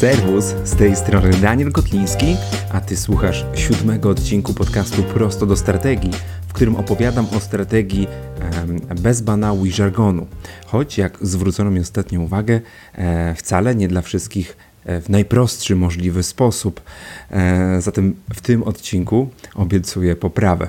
Serwus, z tej strony Daniel Kotliński, a Ty słuchasz 7. odcinku podcastu Prosto do Strategii, w którym opowiadam o strategii bez banału i żargonu. Choć, jak zwrócono mi ostatnio uwagę, wcale nie dla wszystkich w najprostszy możliwy sposób. Zatem w tym odcinku obiecuję poprawę.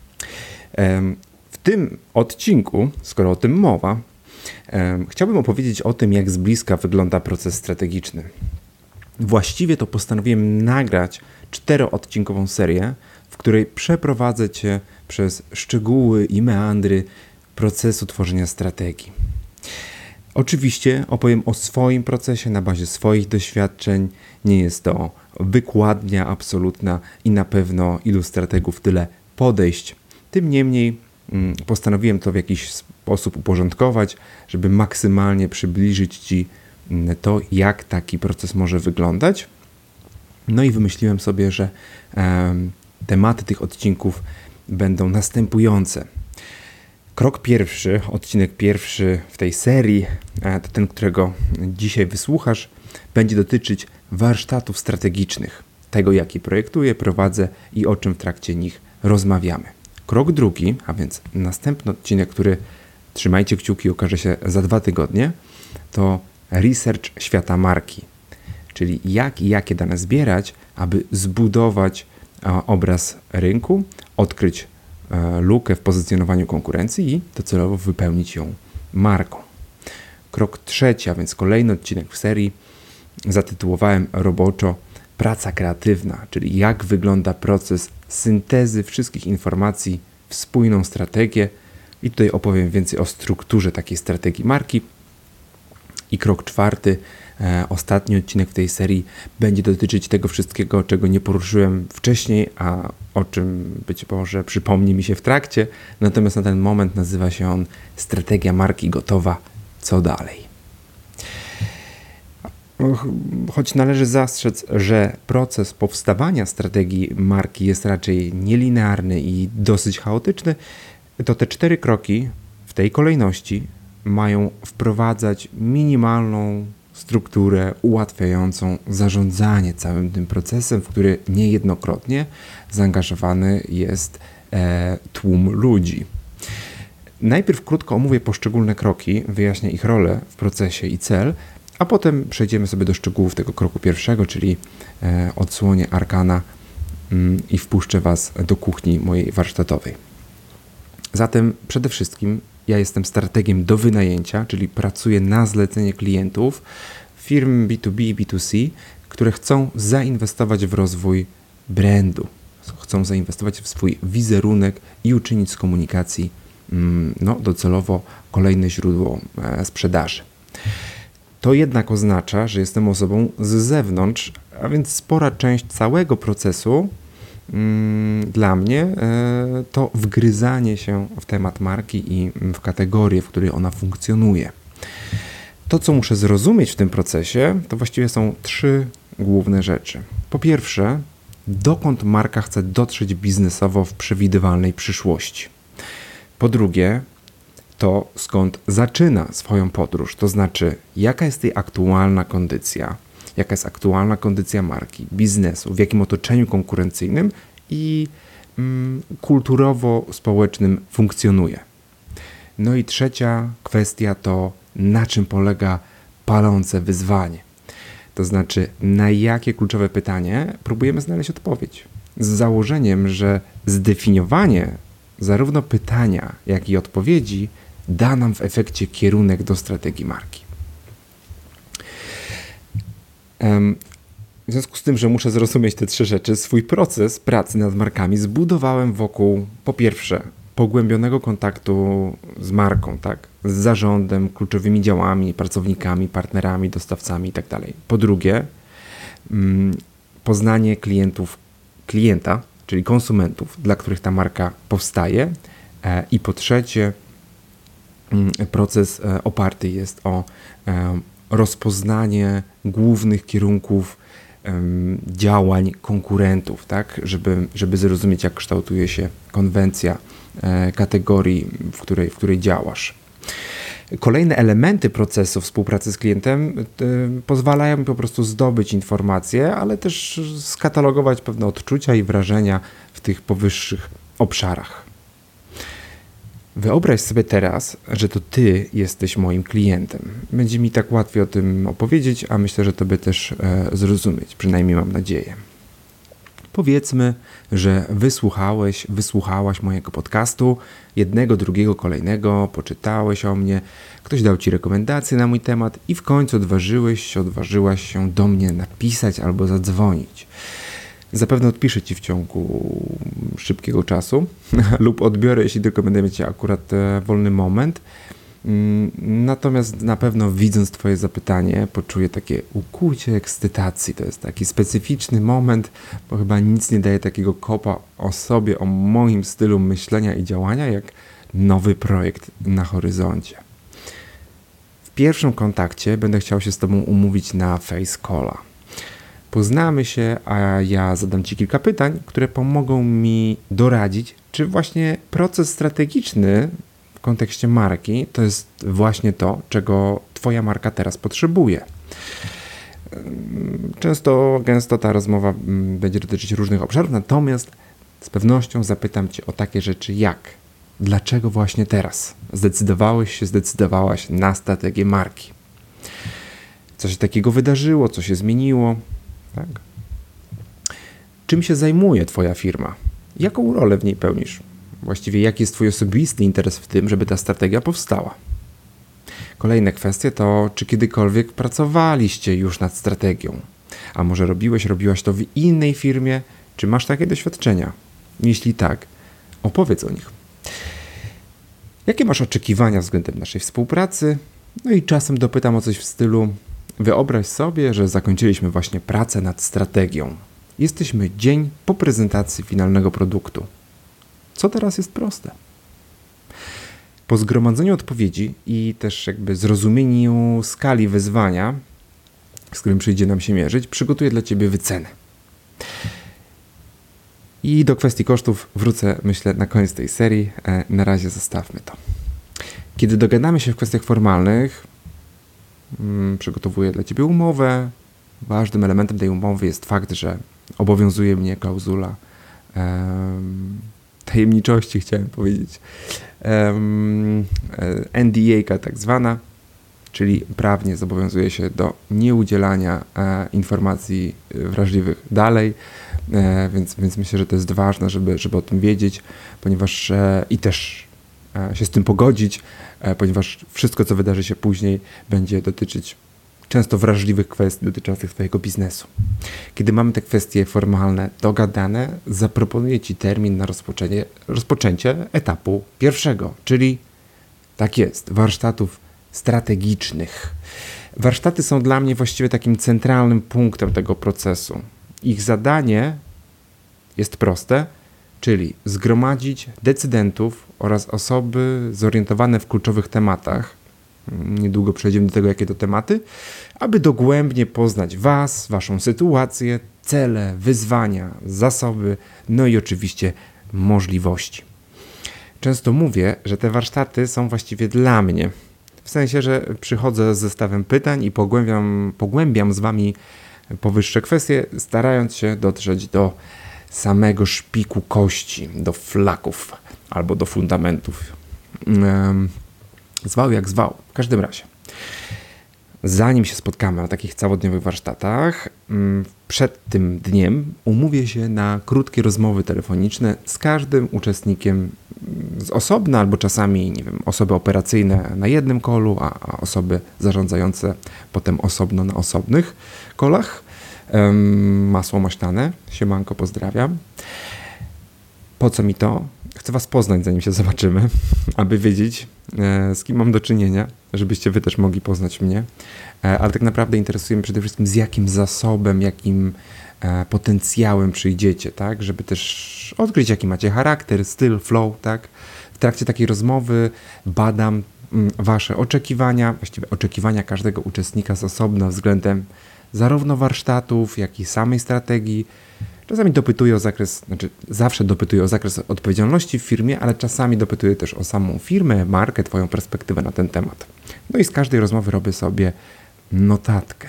W tym odcinku, skoro o tym mowa, chciałbym opowiedzieć o tym, jak z bliska wygląda proces strategiczny. Właściwie to postanowiłem nagrać 4-odcinkową serię, w której przeprowadzę Cię przez szczegóły i meandry procesu tworzenia strategii. Oczywiście opowiem o swoim procesie na bazie swoich doświadczeń. Nie jest to wykładnia absolutna i na pewno ilu strategów tyle podejść. Tym niemniej postanowiłem to w jakiś sposób uporządkować, żeby maksymalnie przybliżyć Ci to, jak taki proces może wyglądać. No i wymyśliłem sobie, że tematy tych odcinków będą następujące. Krok pierwszy, odcinek pierwszy w tej serii, to ten, którego dzisiaj wysłuchasz, będzie dotyczyć warsztatów strategicznych, tego jaki projektuję, prowadzę i o czym w trakcie nich rozmawiamy. Krok drugi, a więc następny odcinek, który, trzymajcie kciuki, ukaże się za 2 tygodnie, to research świata marki, czyli jak i jakie dane zbierać, aby zbudować obraz rynku, odkryć lukę w pozycjonowaniu konkurencji i docelowo wypełnić ją marką. Krok trzeci, a więc kolejny odcinek w serii, zatytułowałem roboczo praca kreatywna, czyli jak wygląda proces syntezy wszystkich informacji w spójną strategię i tutaj opowiem więcej o strukturze takiej strategii marki. I krok czwarty, ostatni odcinek w tej serii będzie dotyczyć tego wszystkiego, czego nie poruszyłem wcześniej, a o czym być może przypomni mi się w trakcie. Natomiast na ten moment nazywa się on Strategia marki gotowa. Co dalej? Choć należy zastrzec, że proces powstawania strategii marki jest raczej nielinearny i dosyć chaotyczny, to te 4 kroki w tej kolejności mają wprowadzać minimalną strukturę ułatwiającą zarządzanie całym tym procesem, w który niejednokrotnie zaangażowany jest tłum ludzi. Najpierw krótko omówię poszczególne kroki, wyjaśnię ich rolę w procesie i cel, a potem przejdziemy sobie do szczegółów tego kroku pierwszego, czyli odsłonię arkana i wpuszczę Was do kuchni mojej warsztatowej. Zatem przede wszystkim ja jestem strategiem do wynajęcia, czyli pracuję na zlecenie klientów, firm B2B i B2C, które chcą zainwestować w rozwój brandu, chcą zainwestować w swój wizerunek i uczynić z komunikacji docelowo kolejne źródło sprzedaży. To jednak oznacza, że jestem osobą z zewnątrz, a więc spora część całego procesu dla mnie to wgryzanie się w temat marki i w kategorię, w której ona funkcjonuje. To, co muszę zrozumieć w tym procesie, to właściwie są 3 główne rzeczy. Po pierwsze, dokąd marka chce dotrzeć biznesowo w przewidywalnej przyszłości. Po drugie, to skąd zaczyna swoją podróż, to znaczy jaka jest jej aktualna kondycja, jaka jest aktualna kondycja marki, biznesu, w jakim otoczeniu konkurencyjnym i kulturowo-społecznym funkcjonuje. No i trzecia kwestia to na czym polega palące wyzwanie. To znaczy na jakie kluczowe pytanie próbujemy znaleźć odpowiedź. Z założeniem, że zdefiniowanie zarówno pytania, jak i odpowiedzi da nam w efekcie kierunek do strategii marki. W związku z tym, że muszę zrozumieć te 3 rzeczy, swój proces pracy nad markami zbudowałem wokół, po pierwsze, pogłębionego kontaktu z marką, tak, z zarządem, kluczowymi działami, pracownikami, partnerami, dostawcami itd. Po drugie, poznanie klienta, czyli konsumentów, dla których ta marka powstaje. I po trzecie, proces oparty jest o rozpoznanie głównych kierunków działań konkurentów, tak, żeby zrozumieć, jak kształtuje się konwencja kategorii, w której działasz. Kolejne elementy procesu współpracy z klientem pozwalają mi po prostu zdobyć informacje, ale też skatalogować pewne odczucia i wrażenia w tych powyższych obszarach. Wyobraź sobie teraz, że to ty jesteś moim klientem. Będzie mi tak łatwiej o tym opowiedzieć, a myślę, że tobie też zrozumieć, przynajmniej mam nadzieję. Powiedzmy, że wysłuchałaś mojego podcastu, jednego, drugiego, kolejnego, poczytałeś o mnie, ktoś dał ci rekomendacje na mój temat i w końcu odważyłaś się do mnie napisać albo zadzwonić. Zapewne odpiszę ci w ciągu szybkiego czasu lub odbiorę, jeśli tylko będę mieć akurat wolny moment. Natomiast na pewno widząc twoje zapytanie poczuję takie ukłucie ekscytacji. To jest taki specyficzny moment, bo chyba nic nie daje takiego kopa o sobie, o moim stylu myślenia i działania, jak nowy projekt na horyzoncie. W pierwszym kontakcie będę chciał się z tobą umówić na Face Calla. Poznamy się, a ja zadam ci kilka pytań, które pomogą mi doradzić, czy właśnie proces strategiczny w kontekście marki to jest właśnie to, czego twoja marka teraz potrzebuje. Gęsto ta rozmowa będzie dotyczyć różnych obszarów, natomiast z pewnością zapytam cię o takie rzeczy jak: dlaczego właśnie teraz zdecydowałaś na strategię marki? Co się takiego wydarzyło, co się zmieniło? Tak? Czym się zajmuje twoja firma? Jaką rolę w niej pełnisz? Właściwie jaki jest twój osobisty interes w tym, żeby ta strategia powstała? Kolejne kwestie to, czy kiedykolwiek pracowaliście już nad strategią? A może robiłaś to w innej firmie? Czy masz takie doświadczenia? Jeśli tak, opowiedz o nich. Jakie masz oczekiwania względem naszej współpracy? No i czasem dopytam o coś w stylu: wyobraź sobie, że zakończyliśmy właśnie pracę nad strategią. Jesteśmy dzień po prezentacji finalnego produktu. Co teraz jest proste? Po zgromadzeniu odpowiedzi i też jakby zrozumieniu skali wyzwania, z którym przyjdzie nam się mierzyć, przygotuję dla ciebie wycenę. I do kwestii kosztów wrócę, myślę, na koniec tej serii. Na razie zostawmy to. Kiedy dogadamy się w kwestiach formalnych, przygotowuję dla ciebie umowę. Ważnym elementem tej umowy jest fakt, że obowiązuje mnie klauzula tajemniczości, chciałem powiedzieć. NDA tak zwana, czyli prawnie zobowiązuje się do nieudzielania informacji wrażliwych dalej, więc myślę, że to jest ważne, żeby o tym wiedzieć, ponieważ i też się z tym pogodzić, ponieważ wszystko, co wydarzy się później, będzie dotyczyć często wrażliwych kwestii dotyczących twojego biznesu. Kiedy mamy te kwestie formalne dogadane, zaproponuję ci termin na rozpoczęcie etapu pierwszego, czyli tak jest, warsztatów strategicznych. Warsztaty są dla mnie właściwie takim centralnym punktem tego procesu. Ich zadanie jest proste, czyli zgromadzić decydentów oraz osoby zorientowane w kluczowych tematach. Niedługo przejdziemy do tego, jakie to tematy, aby dogłębnie poznać was, waszą sytuację, cele, wyzwania, zasoby, no i oczywiście możliwości. Często mówię, że te warsztaty są właściwie dla mnie. W sensie, że przychodzę z zestawem pytań i pogłębiam z wami powyższe kwestie, starając się dotrzeć do samego szpiku kości, do flaków albo do fundamentów. Zwał jak zwał. W każdym razie, zanim się spotkamy na takich całodniowych warsztatach, przed tym dniem umówię się na krótkie rozmowy telefoniczne z każdym uczestnikiem z osobna, albo czasami, nie wiem, osoby operacyjne na jednym kolu, a osoby zarządzające potem osobno na osobnych kolach. Masło maślane. Siemanko, pozdrawiam. Po co mi to? Chcę was poznać, zanim się zobaczymy, aby wiedzieć, z kim mam do czynienia, żebyście wy też mogli poznać mnie. Ale tak naprawdę interesuje mnie przede wszystkim, z jakim zasobem, jakim potencjałem przyjdziecie, tak? Żeby też odkryć, jaki macie charakter, styl, flow, tak? W trakcie takiej rozmowy badam wasze oczekiwania, właściwie oczekiwania każdego uczestnika z osobna względem zarówno warsztatów, jak i samej strategii, Czasami dopytuję o zakres, zawsze dopytuję o zakres odpowiedzialności w firmie, ale czasami dopytuję też o samą firmę, markę, Twoją perspektywę na ten temat. No i z każdej rozmowy robię sobie notatkę.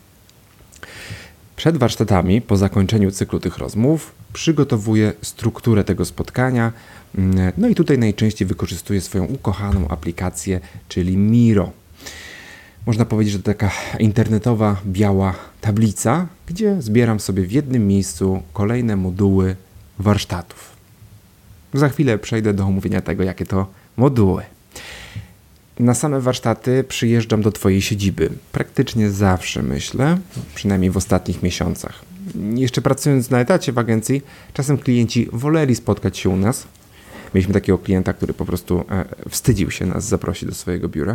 Przed warsztatami, po zakończeniu cyklu tych rozmów, przygotowuję strukturę tego spotkania. No i tutaj najczęściej wykorzystuję swoją ukochaną aplikację, czyli Miro. Można powiedzieć, że to taka internetowa, biała tablica, gdzie zbieram sobie w jednym miejscu kolejne moduły warsztatów. Za chwilę przejdę do omówienia tego, jakie to moduły. Na same warsztaty przyjeżdżam do Twojej siedziby. Praktycznie zawsze, myślę, przynajmniej w ostatnich miesiącach. Jeszcze pracując na etacie w agencji, czasem klienci woleli spotkać się u nas. Mieliśmy takiego klienta, który po prostu wstydził się nas zaprosić do swojego biura.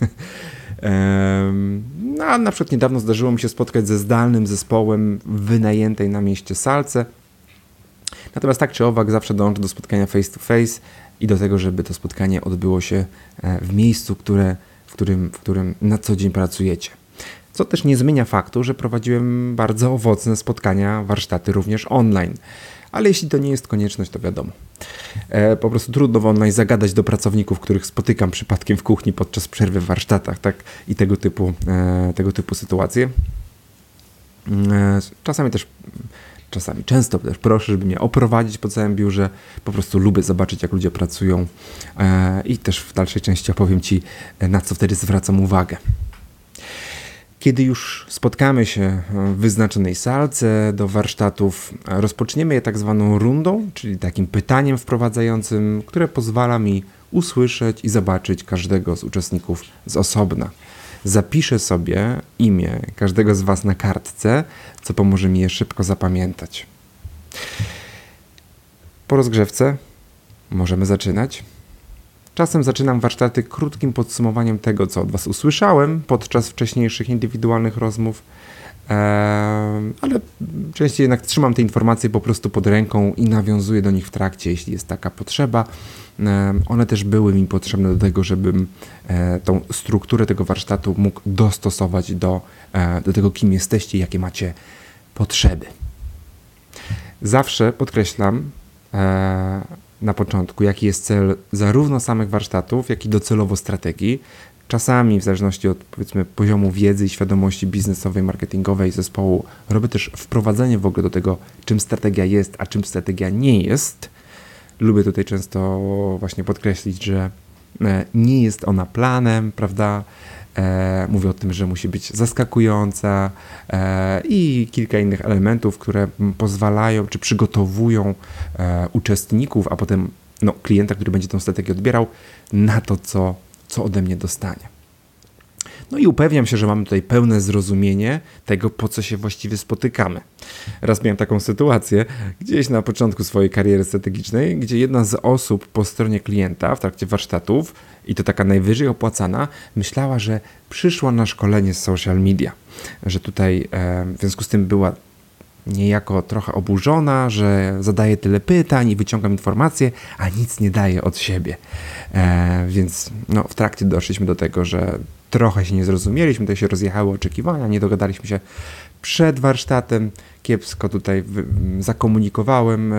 No, a na przykład niedawno zdarzyło mi się spotkać ze zdalnym zespołem w wynajętej na mieście salce. Natomiast tak czy owak zawsze dążę do spotkania face to face i do tego, żeby to spotkanie odbyło się w miejscu, w którym na co dzień pracujecie. Co też nie zmienia faktu, że prowadziłem bardzo owocne spotkania, warsztaty również online. Ale jeśli to nie jest konieczność, to wiadomo. Po prostu trudno w online zagadać do pracowników, których spotykam przypadkiem w kuchni podczas przerwy w warsztatach, tak? I tego typu sytuacje. Często też proszę, żeby mnie oprowadzić po całym biurze. Po prostu lubię zobaczyć, jak ludzie pracują i też w dalszej części opowiem Ci, na co wtedy zwracam uwagę. Kiedy już spotkamy się w wyznaczonej salce do warsztatów, rozpoczniemy je tak zwaną rundą, czyli takim pytaniem wprowadzającym, które pozwala mi usłyszeć i zobaczyć każdego z uczestników z osobna. Zapiszę sobie imię każdego z Was na kartce, co pomoże mi je szybko zapamiętać. Po rozgrzewce możemy zaczynać. Czasem zaczynam warsztaty krótkim podsumowaniem tego, co od Was usłyszałem podczas wcześniejszych indywidualnych rozmów, ale częściej jednak trzymam te informacje po prostu pod ręką i nawiązuję do nich w trakcie, jeśli jest taka potrzeba. One też były mi potrzebne do tego, żebym tą strukturę tego warsztatu mógł dostosować do tego, kim jesteście i jakie macie potrzeby. Zawsze podkreślam na początku, jaki jest cel zarówno samych warsztatów, jak i docelowo strategii. Czasami, w zależności od, powiedzmy, poziomu wiedzy i świadomości biznesowej, marketingowej zespołu, robię też wprowadzenie w ogóle do tego, czym strategia jest, a czym strategia nie jest. Lubię tutaj często właśnie podkreślić, że nie jest ona planem, prawda? Mówię o tym, że musi być zaskakująca i kilka innych elementów, które pozwalają czy przygotowują uczestników, a potem klienta, który będzie tę strategię odbierał, na to, co ode mnie dostanie. No i upewniam się, że mamy tutaj pełne zrozumienie tego, po co się właściwie spotykamy. Raz miałem taką sytuację gdzieś na początku swojej kariery strategicznej, gdzie jedna z osób po stronie klienta w trakcie warsztatów, i to taka najwyżej opłacana, myślała, że przyszła na szkolenie z social media. Że tutaj w związku z tym była niejako trochę oburzona, że zadaje tyle pytań i wyciągam informacje, a nic nie daje od siebie. Więc w trakcie doszliśmy do tego, że trochę się nie zrozumieliśmy, tutaj się rozjechały oczekiwania, nie dogadaliśmy się przed warsztatem, kiepsko tutaj zakomunikowałem,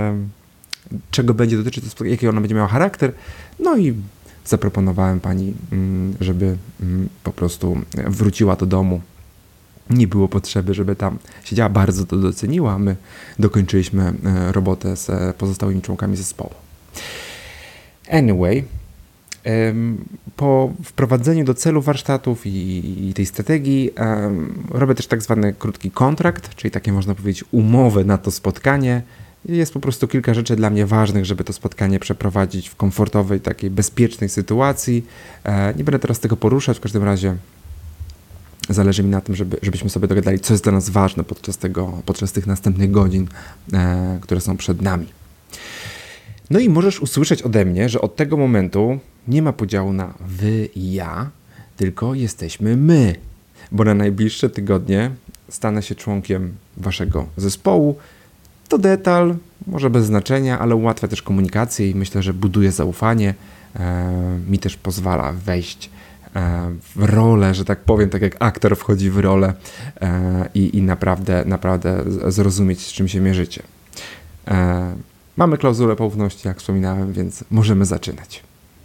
czego będzie dotyczyć, jaki ona będzie miała charakter, no i zaproponowałem pani, żeby po prostu wróciła do domu. Nie było potrzeby, żeby tam siedziała, bardzo to doceniła. My dokończyliśmy robotę z pozostałymi członkami zespołu. Anyway, po wprowadzeniu do celu warsztatów i tej strategii robię też tak zwany krótki kontrakt, czyli takie można powiedzieć umowę na to spotkanie. Jest po prostu kilka rzeczy dla mnie ważnych, żeby to spotkanie przeprowadzić w komfortowej, takiej bezpiecznej sytuacji. Nie będę teraz tego poruszać, w każdym razie zależy mi na tym, żebyśmy sobie dogadali, co jest dla nas ważne podczas tych następnych godzin, które są przed nami. No i możesz usłyszeć ode mnie, że od tego momentu nie ma podziału na wy i ja, tylko jesteśmy my, bo na najbliższe tygodnie stanę się członkiem waszego zespołu. To detal, może bez znaczenia, ale ułatwia też komunikację i myślę, że buduje zaufanie. Mi też pozwala wejść w rolę, że tak powiem, tak jak aktor wchodzi w rolę i naprawdę zrozumieć, z czym się mierzycie. Mamy klauzulę poufności, jak wspominałem, więc możemy zaczynać.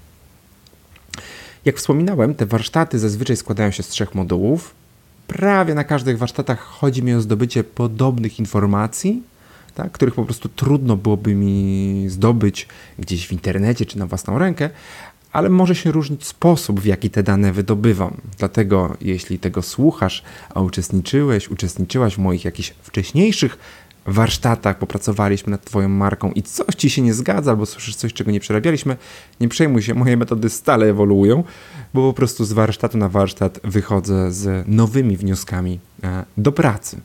Jak wspominałem, te warsztaty zazwyczaj składają się z 3 modułów. Prawie na każdych warsztatach chodzi mi o zdobycie podobnych informacji, tak, których po prostu trudno byłoby mi zdobyć gdzieś w internecie czy na własną rękę, ale może się różnić sposób, w jaki te dane wydobywam. Dlatego jeśli tego słuchasz, a uczestniczyłaś w moich jakichś wcześniejszych warsztatach, popracowaliśmy nad Twoją marką i coś Ci się nie zgadza, albo słyszysz coś, czego nie przerabialiśmy, nie przejmuj się, moje metody stale ewoluują, bo po prostu z warsztatu na warsztat wychodzę z nowymi wnioskami do pracy.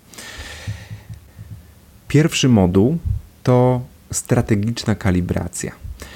Pierwszy moduł to strategiczna kalibracja.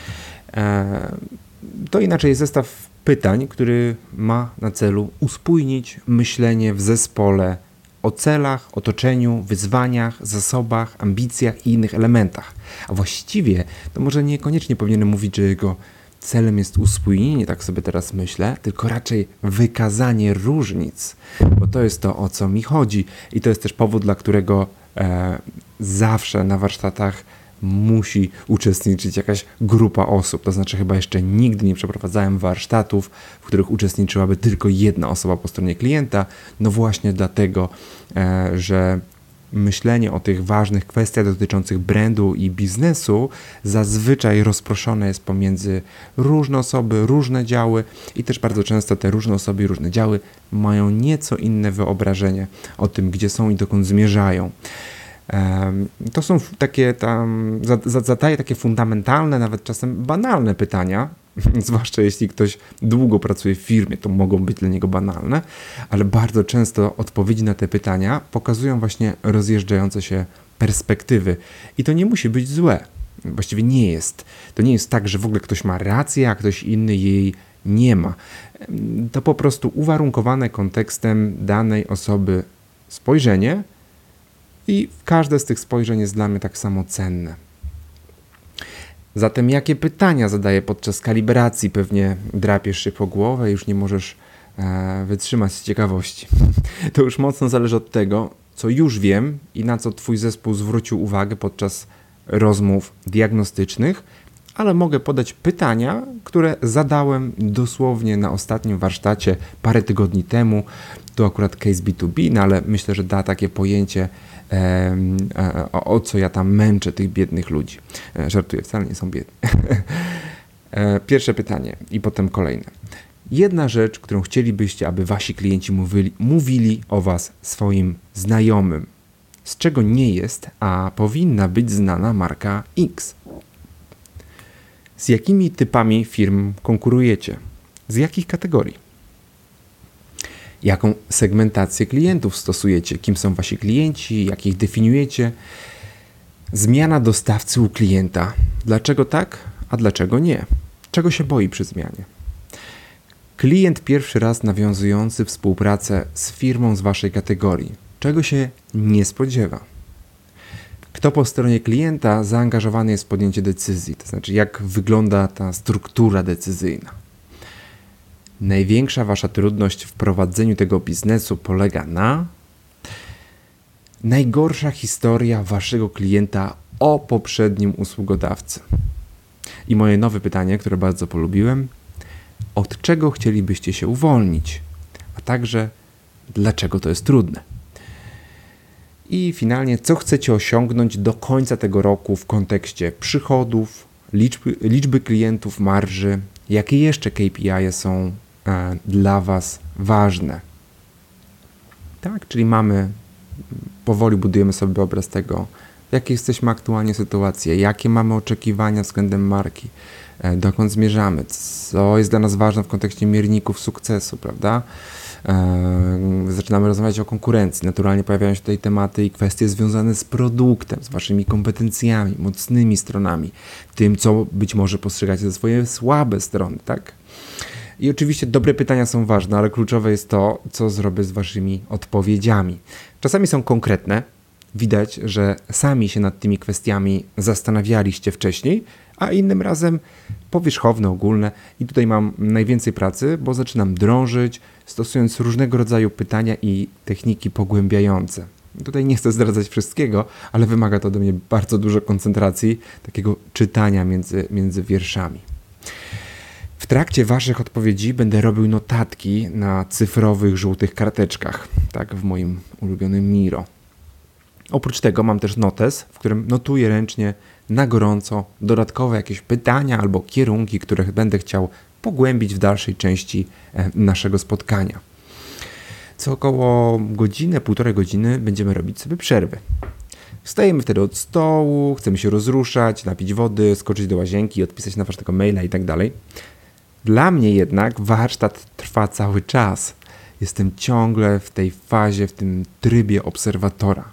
To inaczej zestaw pytań, który ma na celu uspójnić myślenie w zespole o celach, otoczeniu, wyzwaniach, zasobach, ambicjach i innych elementach. A właściwie to może niekoniecznie powinienem mówić, że jego celem jest uspójnienie, tak sobie teraz myślę, tylko raczej wykazanie różnic, bo to jest to, o co mi chodzi i to jest też powód, dla którego zawsze na warsztatach musi uczestniczyć jakaś grupa osób. To znaczy chyba jeszcze nigdy nie przeprowadzałem warsztatów, w których uczestniczyłaby tylko jedna osoba po stronie klienta. No właśnie dlatego, że myślenie o tych ważnych kwestiach dotyczących brandu i biznesu zazwyczaj rozproszone jest pomiędzy różne osoby, różne działy i też bardzo często te różne osoby i różne działy mają nieco inne wyobrażenie o tym, gdzie są i dokąd zmierzają. To są takie zadaje takie fundamentalne, nawet czasem banalne pytania, zwłaszcza jeśli ktoś długo pracuje w firmie, to mogą być dla niego banalne, ale bardzo często odpowiedzi na te pytania pokazują właśnie rozjeżdżające się perspektywy i to nie musi być złe, właściwie nie jest. To nie jest tak, że w ogóle ktoś ma rację, a ktoś inny jej nie ma. To po prostu uwarunkowane kontekstem danej osoby spojrzenie i każde z tych spojrzeń jest dla mnie tak samo cenne. Zatem jakie pytania zadaję podczas kalibracji? Pewnie drapiesz się po głowę i już nie możesz wytrzymać z ciekawości. To już mocno zależy od tego, co już wiem i na co Twój zespół zwrócił uwagę podczas rozmów diagnostycznych, ale mogę podać pytania, które zadałem dosłownie na ostatnim warsztacie parę tygodni temu. To akurat case B2B, no ale myślę, że da takie pojęcie, o co ja tam męczę tych biednych ludzi. Żartuję, wcale nie są biedni. Pierwsze pytanie i potem kolejne. Jedna rzecz, którą chcielibyście, aby wasi klienci mówili o was swoim znajomym. Z czego nie jest, a powinna być znana marka X. Z jakimi typami firm konkurujecie? Z jakich kategorii? Jaką segmentację klientów stosujecie? Kim są wasi klienci? Jak ich definiujecie? Zmiana dostawcy u klienta. Dlaczego tak, a dlaczego nie? Czego się boi przy zmianie? Klient pierwszy raz nawiązujący współpracę z firmą z waszej kategorii. Czego się nie spodziewa? Kto po stronie klienta zaangażowany jest w podjęcie decyzji? To znaczy, jak wygląda ta struktura decyzyjna? Największa wasza trudność w prowadzeniu tego biznesu polega na najgorsza historia waszego klienta o poprzednim usługodawcy. I moje nowe pytanie, które bardzo polubiłem, od czego chcielibyście się uwolnić, a także dlaczego to jest trudne. I finalnie, co chcecie osiągnąć do końca tego roku w kontekście przychodów, liczby klientów, marży, jakie jeszcze KPI są dla was ważne. Tak, czyli powoli budujemy sobie obraz tego, w jakiej jesteśmy aktualnie sytuacji, jakie mamy oczekiwania względem marki, dokąd zmierzamy, co jest dla nas ważne w kontekście mierników sukcesu, prawda? Zaczynamy rozmawiać o konkurencji. Naturalnie pojawiają się tutaj tematy i kwestie związane z produktem, z waszymi kompetencjami, mocnymi stronami, tym, co być może postrzegacie za swoje słabe strony, tak? I oczywiście dobre pytania są ważne, ale kluczowe jest to, co zrobię z waszymi odpowiedziami. Czasami są konkretne, Widać, że sami się nad tymi kwestiami zastanawialiście wcześniej, a innym razem powierzchowne, ogólne. I tutaj mam najwięcej pracy, bo zaczynam drążyć, stosując różnego rodzaju pytania i techniki pogłębiające. Tutaj nie chcę zdradzać wszystkiego, ale wymaga to ode mnie bardzo dużo koncentracji, takiego czytania między wierszami. W trakcie waszych odpowiedzi będę robił notatki na cyfrowych, żółtych karteczkach, tak w moim ulubionym Miro. Oprócz tego mam też notes, w którym notuję ręcznie na gorąco dodatkowe jakieś pytania albo kierunki, które będę chciał pogłębić w dalszej części naszego spotkania. Co około godzinę, półtorej godziny będziemy robić sobie przerwy. Wstajemy wtedy od stołu, chcemy się rozruszać, napić wody, skoczyć do łazienki, odpisać na waszego maila i tak dalej. Dla mnie jednak warsztat trwa cały czas. Jestem ciągle w tej fazie, w tym trybie obserwatora.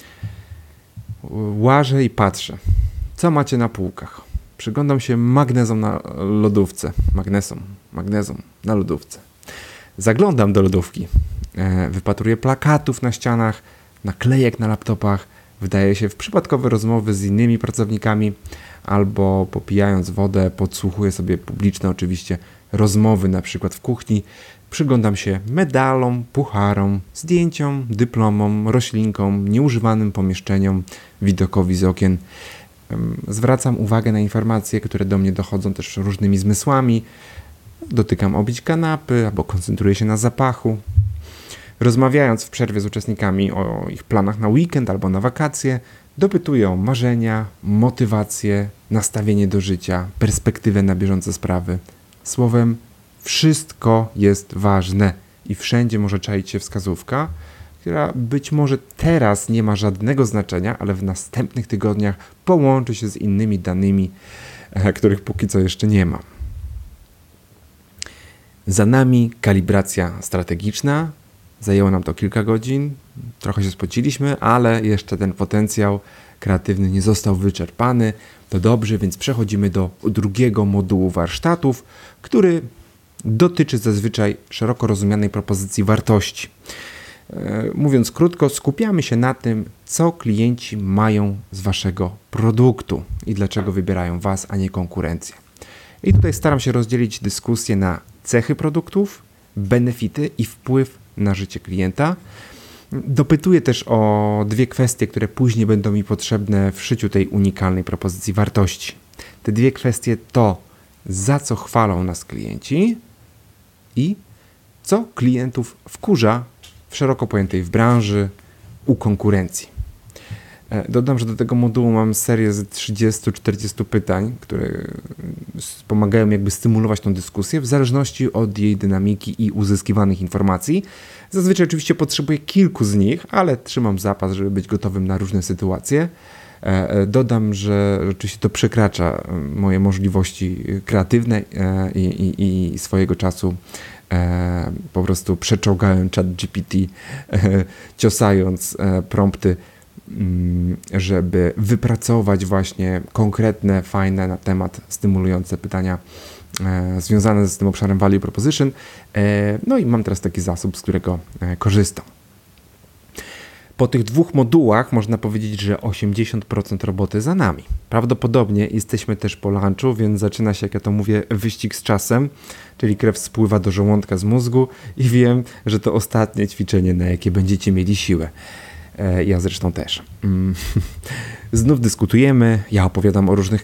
Łażę i patrzę. Co macie na półkach? Przyglądam się magnesom na lodówce. Magnezom na lodówce. Zaglądam do lodówki. Wypatruję plakatów na ścianach, naklejek na laptopach. Wdaję się w przypadkowe rozmowy z innymi pracownikami albo popijając wodę podsłuchuję sobie publiczne oczywiście rozmowy, na przykład w kuchni. Przyglądam się medalom, pucharom, zdjęciom, dyplomom, roślinkom, nieużywanym pomieszczeniom, widokowi z okien. Zwracam uwagę na informacje, które do mnie dochodzą też różnymi zmysłami. Dotykam obić kanapy albo koncentruję się na zapachu. Rozmawiając w przerwie z uczestnikami o ich planach na weekend albo na wakacje, dopytuję o marzenia, motywację, nastawienie do życia, perspektywę na bieżące sprawy. Słowem, wszystko jest ważne i wszędzie może czaić się wskazówka, która być może teraz nie ma żadnego znaczenia, ale w następnych tygodniach połączy się z innymi danymi, których póki co jeszcze nie ma. Za nami kalibracja strategiczna. Zajęło nam to kilka godzin, trochę się spociliśmy, ale jeszcze ten potencjał kreatywny nie został wyczerpany. To dobrze, więc przechodzimy do drugiego modułu warsztatów, który dotyczy zazwyczaj szeroko rozumianej propozycji wartości. Mówiąc krótko, skupiamy się na tym, co klienci mają z waszego produktu i dlaczego wybierają was, a nie konkurencję. I tutaj staram się rozdzielić dyskusję na cechy produktów, benefity i wpływ na życie klienta. Dopytuję też o dwie kwestie, które później będą mi potrzebne w szyciu tej unikalnej propozycji wartości. Te dwie kwestie to, za co chwalą nas klienci i co klientów wkurza w szeroko pojętej w branży u konkurencji. Dodam, że do tego modułu mam serię z 30-40 pytań, które pomagają jakby stymulować tą dyskusję w zależności od jej dynamiki i uzyskiwanych informacji. Zazwyczaj oczywiście potrzebuję kilku z nich, ale trzymam zapas, żeby być gotowym na różne sytuacje. Dodam, że oczywiście to przekracza moje możliwości kreatywne i swojego czasu po prostu przeczołgałem ChatGPT, ciosając prompty, żeby wypracować właśnie konkretne, fajne na temat stymulujące pytania związane z tym obszarem Value Proposition. No i mam teraz taki zasób, z którego korzystam. Po tych dwóch modułach można powiedzieć, że 80% roboty za nami. Prawdopodobnie jesteśmy też po lunchu, więc zaczyna się, jak ja to mówię, wyścig z czasem, czyli krew spływa do żołądka z mózgu i wiem, że to ostatnie ćwiczenie, na jakie będziecie mieli siłę. Ja zresztą też. Znów dyskutujemy, ja opowiadam o różnych...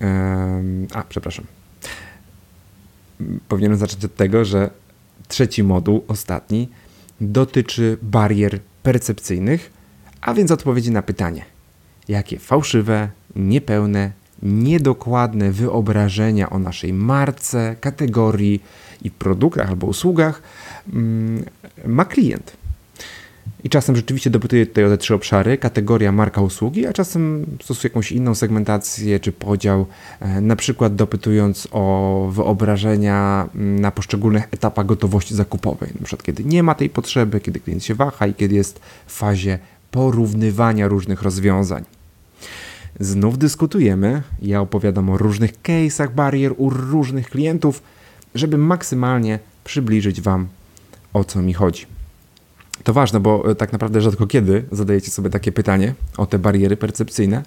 Powinienem zacząć od tego, że trzeci moduł, ostatni, dotyczy barier percepcyjnych, a więc odpowiedzi na pytanie, jakie fałszywe, niepełne, niedokładne wyobrażenia o naszej marce, kategorii i produktach albo usługach ma klient. I czasem rzeczywiście dopytuję tutaj o te trzy obszary, kategoria, marka, usługi, a czasem stosuję jakąś inną segmentację czy podział, na przykład dopytując o wyobrażenia na poszczególnych etapach gotowości zakupowej, na przykład kiedy nie ma tej potrzeby, kiedy klient się waha i kiedy jest w fazie porównywania różnych rozwiązań. Znów dyskutujemy, ja opowiadam o różnych case'ach barier u różnych klientów, żeby maksymalnie przybliżyć Wam, o co mi chodzi. To ważne, bo tak naprawdę rzadko kiedy zadajecie sobie takie pytanie o te bariery percepcyjne.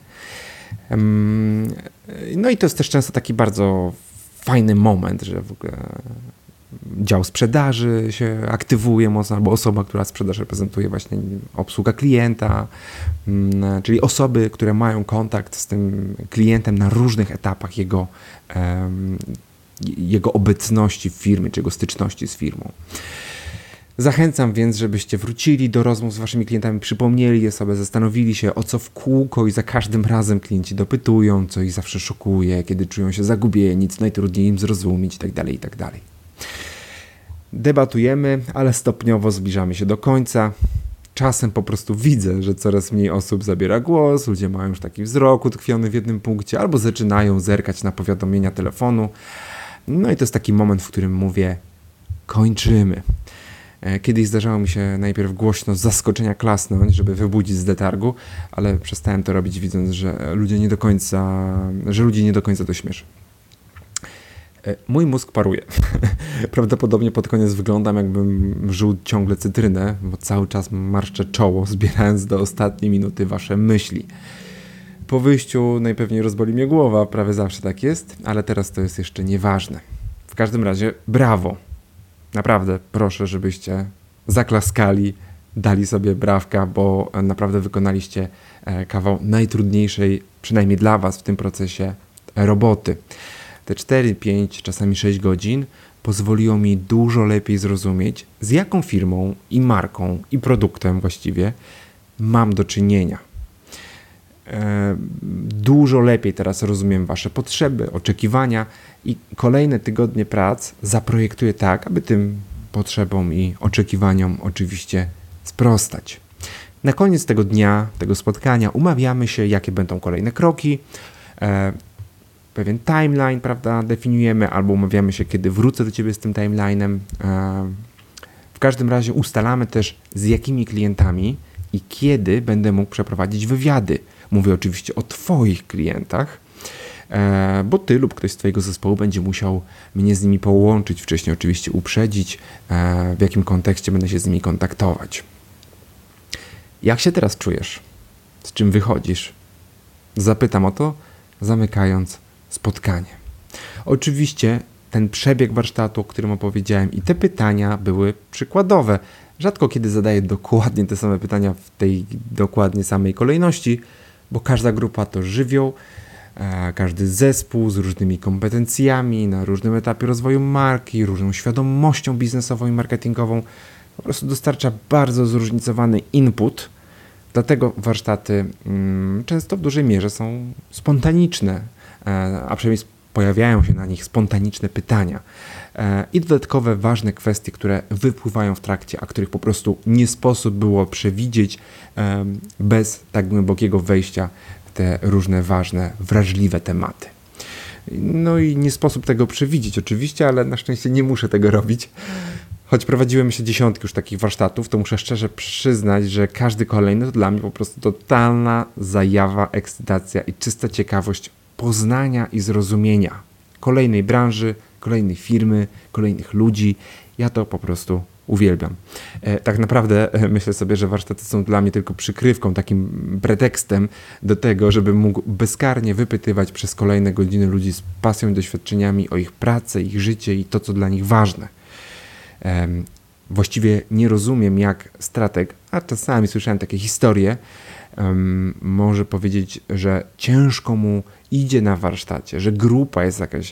No i to jest też często taki bardzo fajny moment, że w ogóle dział sprzedaży się aktywuje mocno, albo osoba, która sprzedaż reprezentuje, właśnie obsługa klienta, czyli osoby, które mają kontakt z tym klientem na różnych etapach jego obecności w firmie, czy jego styczności z firmą. Zachęcam więc, żebyście wrócili do rozmów z waszymi klientami, przypomnieli je sobie, zastanowili się, o co w kółko i za każdym razem klienci dopytują, co ich zawsze szokuje, kiedy czują się zagubieni, co najtrudniej im zrozumieć itd., itd. Debatujemy, ale stopniowo zbliżamy się do końca. Czasem po prostu widzę, że coraz mniej osób zabiera głos, ludzie mają już taki wzrok utkwiony w jednym punkcie, albo zaczynają zerkać na powiadomienia telefonu. No i to jest taki moment, w którym mówię, kończymy. Kiedyś zdarzało mi się najpierw głośno z zaskoczenia klasnąć, żeby wybudzić z letargu, ale przestałem to robić, widząc, że ludzi nie do końca to śmieszy. Mój mózg paruje. Prawdopodobnie pod koniec wyglądam, jakbym żuł ciągle cytrynę, bo cały czas marszczę czoło, zbierając do ostatniej minuty wasze myśli. Po wyjściu najpewniej rozboli mnie głowa, prawie zawsze tak jest, ale teraz to jest jeszcze nieważne. W każdym razie brawo. Naprawdę proszę, żebyście zaklaskali, dali sobie brawka, bo naprawdę wykonaliście kawał najtrudniejszej, przynajmniej dla was w tym procesie, roboty. Te 4, 5, czasami 6 godzin pozwoliło mi dużo lepiej zrozumieć, z jaką firmą i marką i produktem właściwie mam do czynienia. Dużo lepiej teraz rozumiem wasze potrzeby, oczekiwania i kolejne tygodnie prac zaprojektuję tak, aby tym potrzebom i oczekiwaniom oczywiście sprostać. Na koniec tego dnia, tego spotkania umawiamy się, jakie będą kolejne kroki, pewien timeline, prawda, definiujemy, albo umawiamy się, kiedy wrócę do ciebie z tym timeline'em. W każdym razie ustalamy też, z jakimi klientami i kiedy będę mógł przeprowadzić wywiady. Mówię oczywiście o twoich klientach, bo ty lub ktoś z twojego zespołu będzie musiał mnie z nimi połączyć, wcześniej oczywiście uprzedzić, w jakim kontekście będę się z nimi kontaktować. Jak się teraz czujesz? Z czym wychodzisz? Zapytam o to, zamykając spotkanie. Oczywiście ten przebieg warsztatu, o którym opowiedziałem, i te pytania były przykładowe. Rzadko kiedy zadaję dokładnie te same pytania w tej dokładnie samej kolejności, bo każda grupa to żywioł, każdy zespół z różnymi kompetencjami, na różnym etapie rozwoju marki, różną świadomością biznesową i marketingową, po prostu dostarcza bardzo zróżnicowany input. Dlatego warsztaty często w dużej mierze są spontaniczne, a przynajmniej pojawiają się na nich spontaniczne pytania i dodatkowe ważne kwestie, które wypływają w trakcie, a których po prostu nie sposób było przewidzieć bez tak głębokiego wejścia w te różne ważne, wrażliwe tematy. No i nie sposób tego przewidzieć oczywiście, ale na szczęście nie muszę tego robić. Choć prowadziłem się dziesiątki już takich warsztatów, to muszę szczerze przyznać, że każdy kolejny to dla mnie po prostu totalna zajawa, ekscytacja i czysta ciekawość poznania i zrozumienia kolejnej branży, kolejnej firmy, kolejnych ludzi. Ja to po prostu uwielbiam. Tak naprawdę myślę sobie, że warsztaty są dla mnie tylko przykrywką, takim pretekstem do tego, żebym mógł bezkarnie wypytywać przez kolejne godziny ludzi z pasją i doświadczeniami o ich pracę, ich życie i to, co dla nich ważne. Właściwie nie rozumiem, jak strateg, a czasami słyszałem takie historie, może powiedzieć, że ciężko mu idzie na warsztacie, że grupa jest jakaś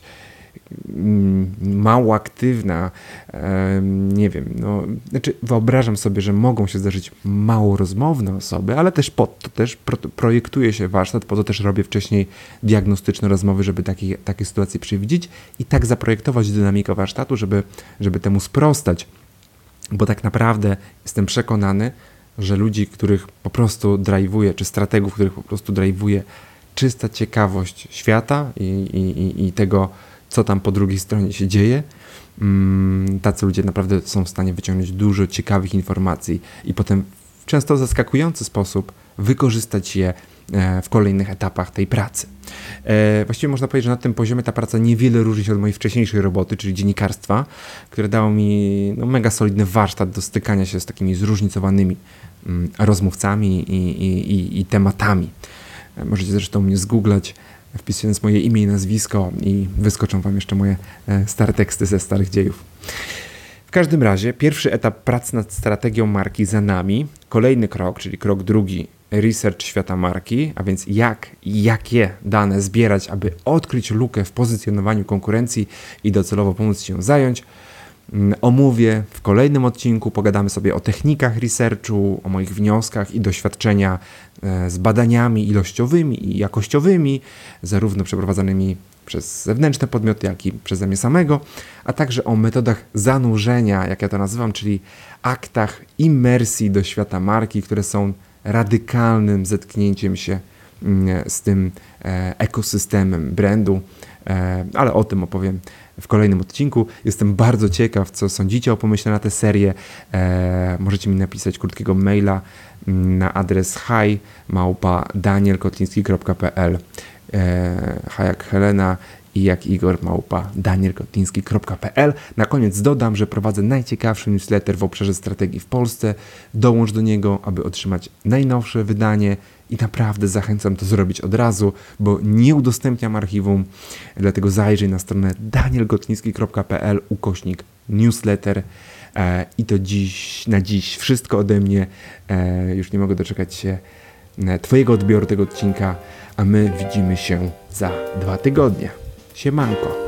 mało aktywna, nie wiem, znaczy wyobrażam sobie, że mogą się zdarzyć mało rozmowne osoby, ale też po to też projektuje się warsztat, po to też robię wcześniej diagnostyczne rozmowy, żeby takie sytuacje przewidzieć i tak zaprojektować dynamikę warsztatu, żeby temu sprostać, bo tak naprawdę jestem przekonany, że ludzi, których po prostu drive'uje, czy strategów, których po prostu drive'uje czysta ciekawość świata i tego, co tam po drugiej stronie się dzieje, tacy ludzie naprawdę są w stanie wyciągnąć dużo ciekawych informacji i potem w często zaskakujący sposób wykorzystać je w kolejnych etapach tej pracy. Właściwie można powiedzieć, że na tym poziomie ta praca niewiele różni się od mojej wcześniejszej roboty, czyli dziennikarstwa, które dało mi mega solidny warsztat do stykania się z takimi zróżnicowanymi rozmówcami i tematami. Możecie zresztą mnie zgooglać, wpisując moje imię i nazwisko i wyskoczą wam jeszcze moje stare teksty ze starych dziejów. W każdym razie pierwszy etap pracy nad strategią marki za nami. Kolejny krok, czyli krok drugi, research świata marki, a więc jakie dane zbierać, aby odkryć lukę w pozycjonowaniu konkurencji i docelowo pomóc się zająć. Omówię w kolejnym odcinku, pogadamy sobie o technikach researchu, o moich wnioskach i doświadczenia z badaniami ilościowymi i jakościowymi, zarówno przeprowadzanymi przez zewnętrzne podmioty, jak i przeze mnie samego, a także o metodach zanurzenia, jak ja to nazywam, czyli aktach imersji do świata marki, które są radykalnym zetknięciem się z tym ekosystemem brandu, ale o tym opowiem w kolejnym odcinku. Jestem bardzo ciekaw, co sądzicie o pomyśle na tę serię. Możecie mi napisać krótkiego maila na adres hi@danielkotliński.pl jak Helena i jak Igor @danielkotliński.pl. Na koniec dodam, że prowadzę najciekawszy newsletter w obszarze strategii w Polsce. Dołącz do niego, aby otrzymać najnowsze wydanie i naprawdę zachęcam to zrobić od razu, bo nie udostępniam archiwum, dlatego zajrzyj na stronę danielkotliński.pl/newsletter. I to na dziś wszystko ode mnie. Już nie mogę doczekać się Twojego odbioru tego odcinka, a my widzimy się za 2 tygodnie. Siemanko.